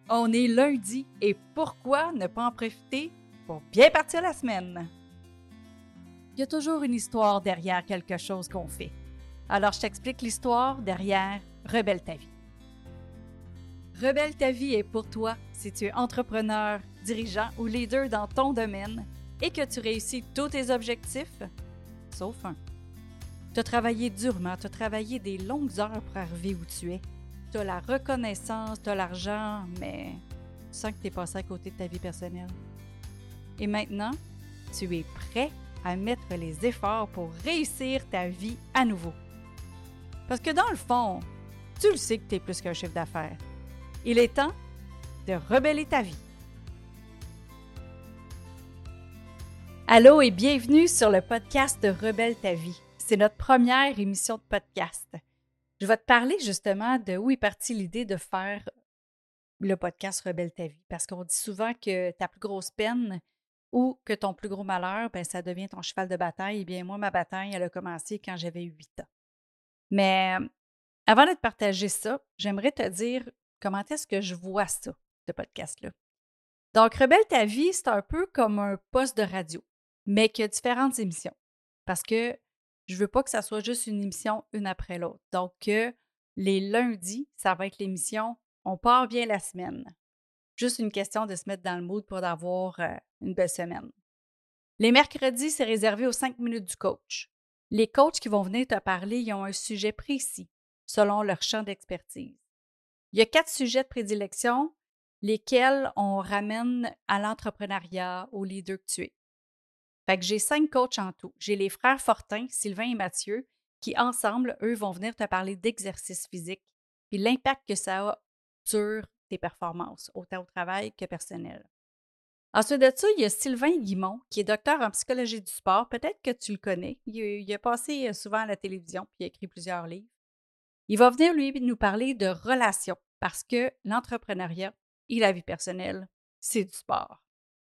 On est lundi et pourquoi ne pas en profiter pour bien partir la semaine? Il y a toujours une histoire derrière quelque chose qu'on fait. Alors je t'explique l'histoire derrière Rebelle ta vie. Rebelle ta vie est pour toi si tu es entrepreneur, dirigeant ou leader dans ton domaine et que tu réussis tous tes objectifs, sauf un. Tu as travaillé durement, tu as travaillé des longues heures pour arriver où tu es. Tu as la reconnaissance, tu as l'argent, mais tu sens que tu es passé à côté de ta vie personnelle. Et maintenant, tu es prêt à mettre les efforts pour réussir ta vie à nouveau. Parce que dans le fond, tu le sais que tu es plus qu'un chiffre d'affaires. Il est temps de rebeller ta vie. Allô et bienvenue sur le podcast de Rebelle ta vie. C'est notre première émission de podcast. Je vais te parler justement de où est partie l'idée de faire le podcast Rebelle ta vie. Parce qu'on dit souvent que ta plus grosse peine ou que ton plus gros malheur, ça devient ton cheval de bataille. Eh bien, moi, ma bataille, elle a commencé quand j'avais 8 ans. Mais avant de te partager ça, j'aimerais te dire comment est-ce que je vois ça, ce podcast-là. Donc, Rebelle ta vie, c'est un peu comme un poste de radio, mais qui a différentes émissions. Parce que je veux pas que ça soit juste une émission une après l'autre. Donc, les lundis, ça va être l'émission On part bien la semaine. Juste une question de se mettre dans le mood pour avoir une belle semaine. Les mercredis, c'est réservé aux 5 minutes du coach. Les coachs qui vont venir te parler, ils ont un sujet précis selon leur champ d'expertise. Il y a 4 sujets de prédilection, lesquels on ramène à l'entrepreneuriat, au leader que tu es. Fait que j'ai 5 coachs en tout. J'ai les frères Fortin, Sylvain et Mathieu, qui ensemble, eux, vont venir te parler d'exercice physique puis l'impact que ça a sur tes performances, autant au travail que personnel. Ensuite de ça, il y a Sylvain Guimont, qui est docteur en psychologie du sport. Peut-être que tu le connais. Il a passé souvent à la télévision puis il a écrit plusieurs livres. Il va venir, lui, nous parler de relations parce que l'entrepreneuriat et la vie personnelle, c'est du sport.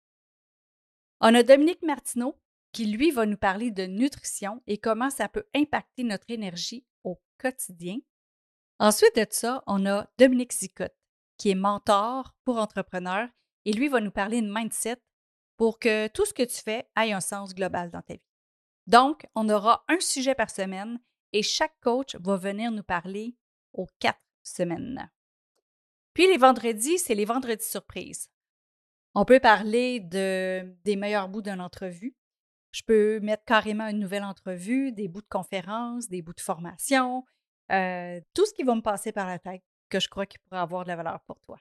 On a Dominique Martineau qui, lui, va nous parler de nutrition et comment ça peut impacter notre énergie au quotidien. Ensuite de ça, on a Dominique Zicotte, qui est mentor pour entrepreneurs et lui va nous parler de mindset pour que tout ce que tu fais ait un sens global dans ta vie. Donc, on aura un sujet par semaine et chaque coach va venir nous parler aux 4 semaines. Puis les vendredis, c'est les vendredis surprises. On peut parler des meilleurs bouts d'une entrevue. Je peux mettre carrément une nouvelle entrevue, des bouts de conférences, des bouts de formation, tout ce qui va me passer par la tête que je crois qu'il pourrait avoir de la valeur pour toi.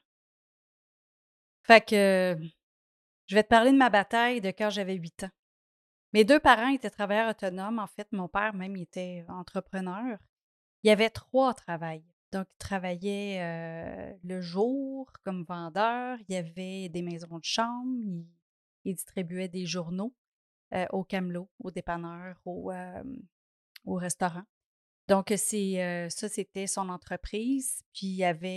Fait que je vais te parler de ma bataille de quand j'avais 8 ans. Mes 2 parents étaient travailleurs autonomes. En fait, mon père même, il était entrepreneur. Il y avait 3 travails. Donc, il travaillait le jour comme vendeur. Il y avait des maisons de chambre. Il distribuait des journaux au camelot, au dépanneur, au restaurant. Donc, ça, c'était son entreprise. Puis,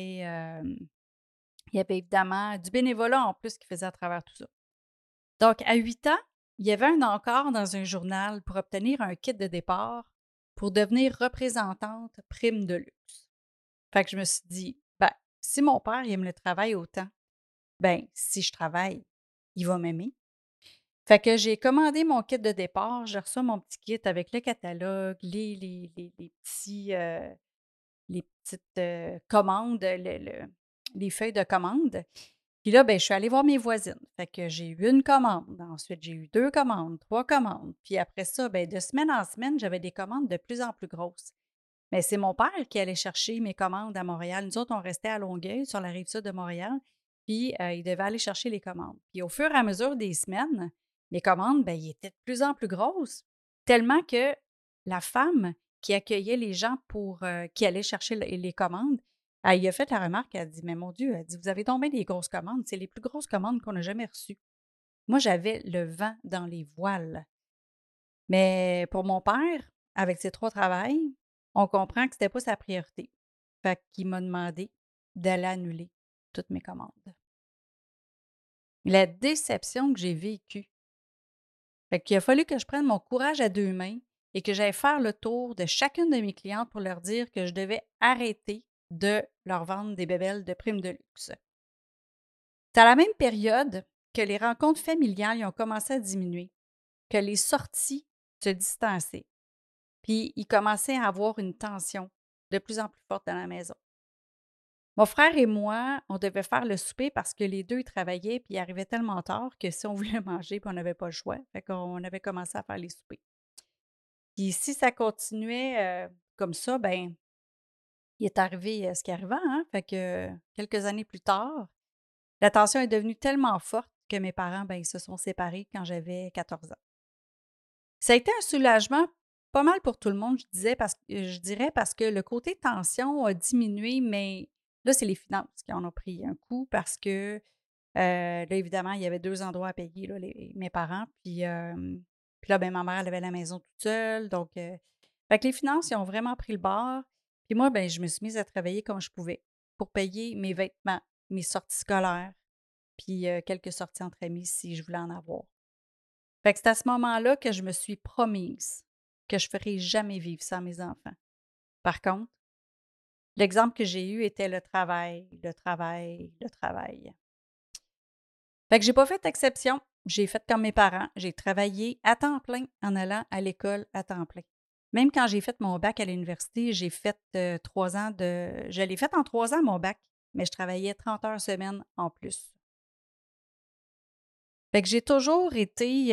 il y avait évidemment du bénévolat en plus qu'il faisait à travers tout ça. Donc, à 8 ans, il y avait un encart dans un journal pour obtenir un kit de départ pour devenir représentante prime de luxe. Fait que je me suis dit, si mon père il aime le travail autant, si je travaille, il va m'aimer. Fait que j'ai commandé mon kit de départ, j'ai reçu mon petit kit avec le catalogue, les petites commandes, les feuilles de commande. Puis là, je suis allée voir mes voisines. Fait que j'ai eu une commande. Ensuite, j'ai eu 2 commandes, 3 commandes. Puis après ça, de semaine en semaine, j'avais des commandes de plus en plus grosses. Mais c'est mon père qui allait chercher mes commandes à Montréal. Nous autres, on restait à Longueuil, sur la rive sud de Montréal. Puis il devait aller chercher les commandes. Puis au fur et à mesure des semaines, mes commandes, ils étaient de plus en plus grosses. Tellement que la femme qui accueillait les gens qui allaient chercher les commandes, elle y a fait la remarque, elle a dit, mais mon Dieu, elle dit, vous avez tombé des grosses commandes, c'est les plus grosses commandes qu'on a jamais reçues. Moi, j'avais le vent dans les voiles. Mais pour mon père, avec ses 3 travails, on comprend que c'était pas sa priorité. Fait qu'il m'a demandé d'aller annuler toutes mes commandes. La déception que j'ai vécue. Fait qu'il a fallu que je prenne mon courage à 2 mains et que j'aille faire le tour de chacune de mes clientes pour leur dire que je devais arrêter de leur vendre des bébelles de primes de luxe. C'est à la même période que les rencontres familiales ils ont commencé à diminuer, que les sorties se distançaient, puis il commençait à avoir une tension de plus en plus forte dans la maison. Mon frère et moi, on devait faire le souper parce que les deux ils travaillaient puis ils arrivaient tellement tard que si on voulait manger, puis on n'avait pas le choix. Fait qu'on avait commencé à faire les soupers. Puis si ça continuait comme ça, ben il est arrivé ce qui arriva, hein? Fait que quelques années plus tard, la tension est devenue tellement forte que mes parents, ben, ils se sont séparés quand j'avais 14 ans. Ça a été un soulagement pas mal pour tout le monde, je dirais, parce que le côté tension a diminué, mais là, c'est les finances qui en ont pris un coup parce que là, évidemment, il y avait 2 endroits à payer, là, mes parents. Puis là, ben, ma mère, elle avait la maison toute seule. Donc, fait que les finances, ils ont vraiment pris le bord. Puis moi, ben, je me suis mise à travailler comme je pouvais pour payer mes vêtements, mes sorties scolaires, puis quelques sorties entre amis si je voulais en avoir. Fait que c'est à ce moment-là que je me suis promise que je ne ferais jamais vivre ça à mes enfants. Par contre, l'exemple que j'ai eu était le travail, le travail, le travail. Fait que j'ai pas fait exception. J'ai fait comme mes parents. J'ai travaillé à temps plein en allant à l'école à temps plein. Même quand j'ai fait mon bac à l'université, j'ai fait 3 ans de. Je l'ai fait en 3 ans, mon bac, mais je travaillais 30 heures semaine en plus. Fait que j'ai toujours été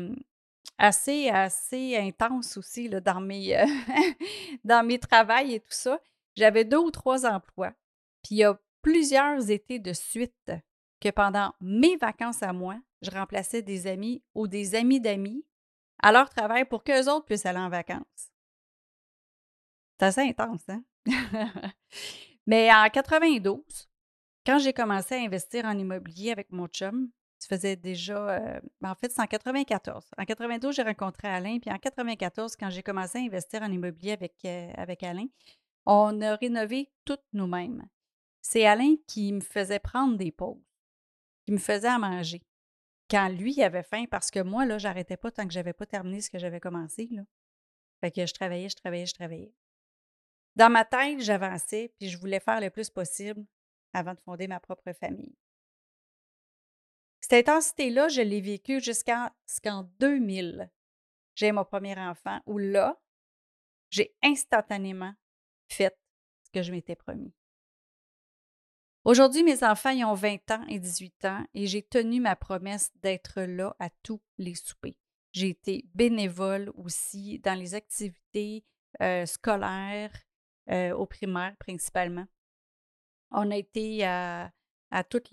assez intense aussi là, dans dans mes travails et tout ça. J'avais 2 ou 3 emplois. Puis il y a plusieurs étés de suite que pendant mes vacances à moi, je remplaçais des amis ou des amis d'amis à leur travail pour qu'eux autres puissent aller en vacances. C'est assez intense, hein? Mais en 92, quand j'ai commencé à investir en immobilier avec mon chum, ça faisait déjà, en fait, c'est en 94. En 92, j'ai rencontré Alain, puis en 94, quand j'ai commencé à investir en immobilier avec Alain, on a rénové tout nous-mêmes. C'est Alain qui me faisait prendre des pauses, qui me faisait à manger. Quand lui, il avait faim, parce que moi, là, j'arrêtais pas tant que j'avais pas terminé ce que j'avais commencé, là. Fait que je travaillais, je travaillais, je travaillais. Dans ma tête, j'avançais, puis je voulais faire le plus possible avant de fonder ma propre famille. Cette intensité-là, je l'ai vécue jusqu'à ce qu'en 2000, j'ai mon premier enfant, où là, j'ai instantanément fait ce que je m'étais promis. Aujourd'hui, mes enfants, ils ont 20 ans et 18 ans et j'ai tenu ma promesse d'être là à tous les soupers. J'ai été bénévole aussi dans les activités scolaires, au primaire principalement. On a été à toutes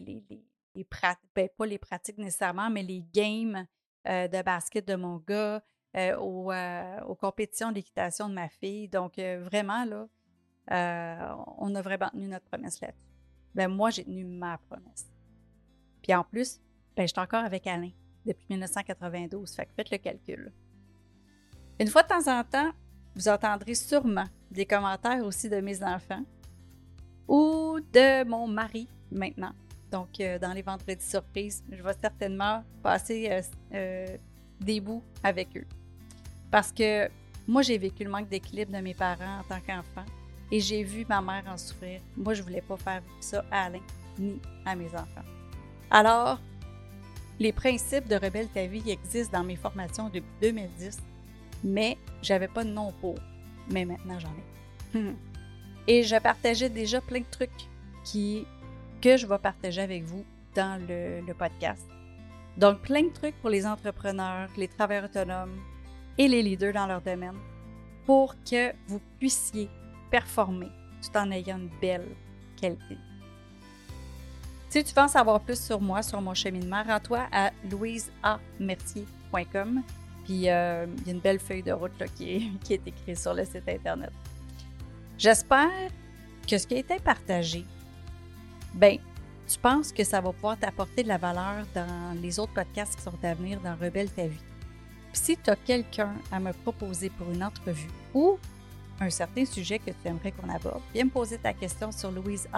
pas les pratiques nécessairement, mais les games de basket de mon gars, aux compétitions d'équitation de ma fille. Donc, vraiment, là, on a vraiment tenu notre promesse là-dessus. Ben, moi, j'ai tenu ma promesse. Puis en plus, ben, je suis encore avec Alain depuis 1992. Fait que faites le calcul. Une fois de temps en temps, vous entendrez sûrement des commentaires aussi de mes enfants ou de mon mari maintenant. Donc, dans les vendredis surprises, je vais certainement passer des bouts avec eux. Parce que moi, j'ai vécu le manque d'équilibre de mes parents en tant qu'enfant et j'ai vu ma mère en souffrir. Moi, je ne voulais pas faire ça à Alain ni à mes enfants. Alors, les principes de Rebelle ta vie existent dans mes formations depuis 2010, mais j'avais pas de nom pour. Mais maintenant, j'en ai. Et je partageais déjà plein de trucs que je vais partager avec vous dans le podcast. Donc, plein de trucs pour les entrepreneurs, les travailleurs autonomes et les leaders dans leur domaine pour que vous puissiez performer tout en ayant une belle qualité. Si tu veux en savoir plus sur moi, sur mon cheminement, rends-toi à louiseamercier.com. Puis, il y a une belle feuille de route là, qui est écrite sur le site Internet. J'espère que ce qui a été partagé, ben, tu penses que ça va pouvoir t'apporter de la valeur dans les autres podcasts qui sont à venir dans Rebelle ta vie. Puis si tu as quelqu'un à me proposer pour une entrevue ou un certain sujet que tu aimerais qu'on aborde, viens me poser ta question sur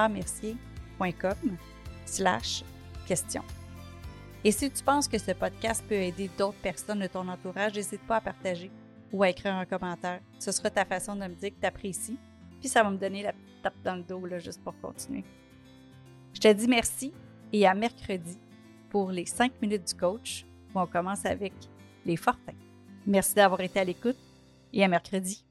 louiseamercier.com/question. Et si tu penses que ce podcast peut aider d'autres personnes de ton entourage, n'hésite pas à partager ou à écrire un commentaire. Ce sera ta façon de me dire que tu apprécies. Puis ça va me donner la petite tape dans le dos là, juste pour continuer. Je te dis merci et à mercredi pour les 5 minutes du coach où on commence avec les fortins. Merci d'avoir été à l'écoute et à mercredi.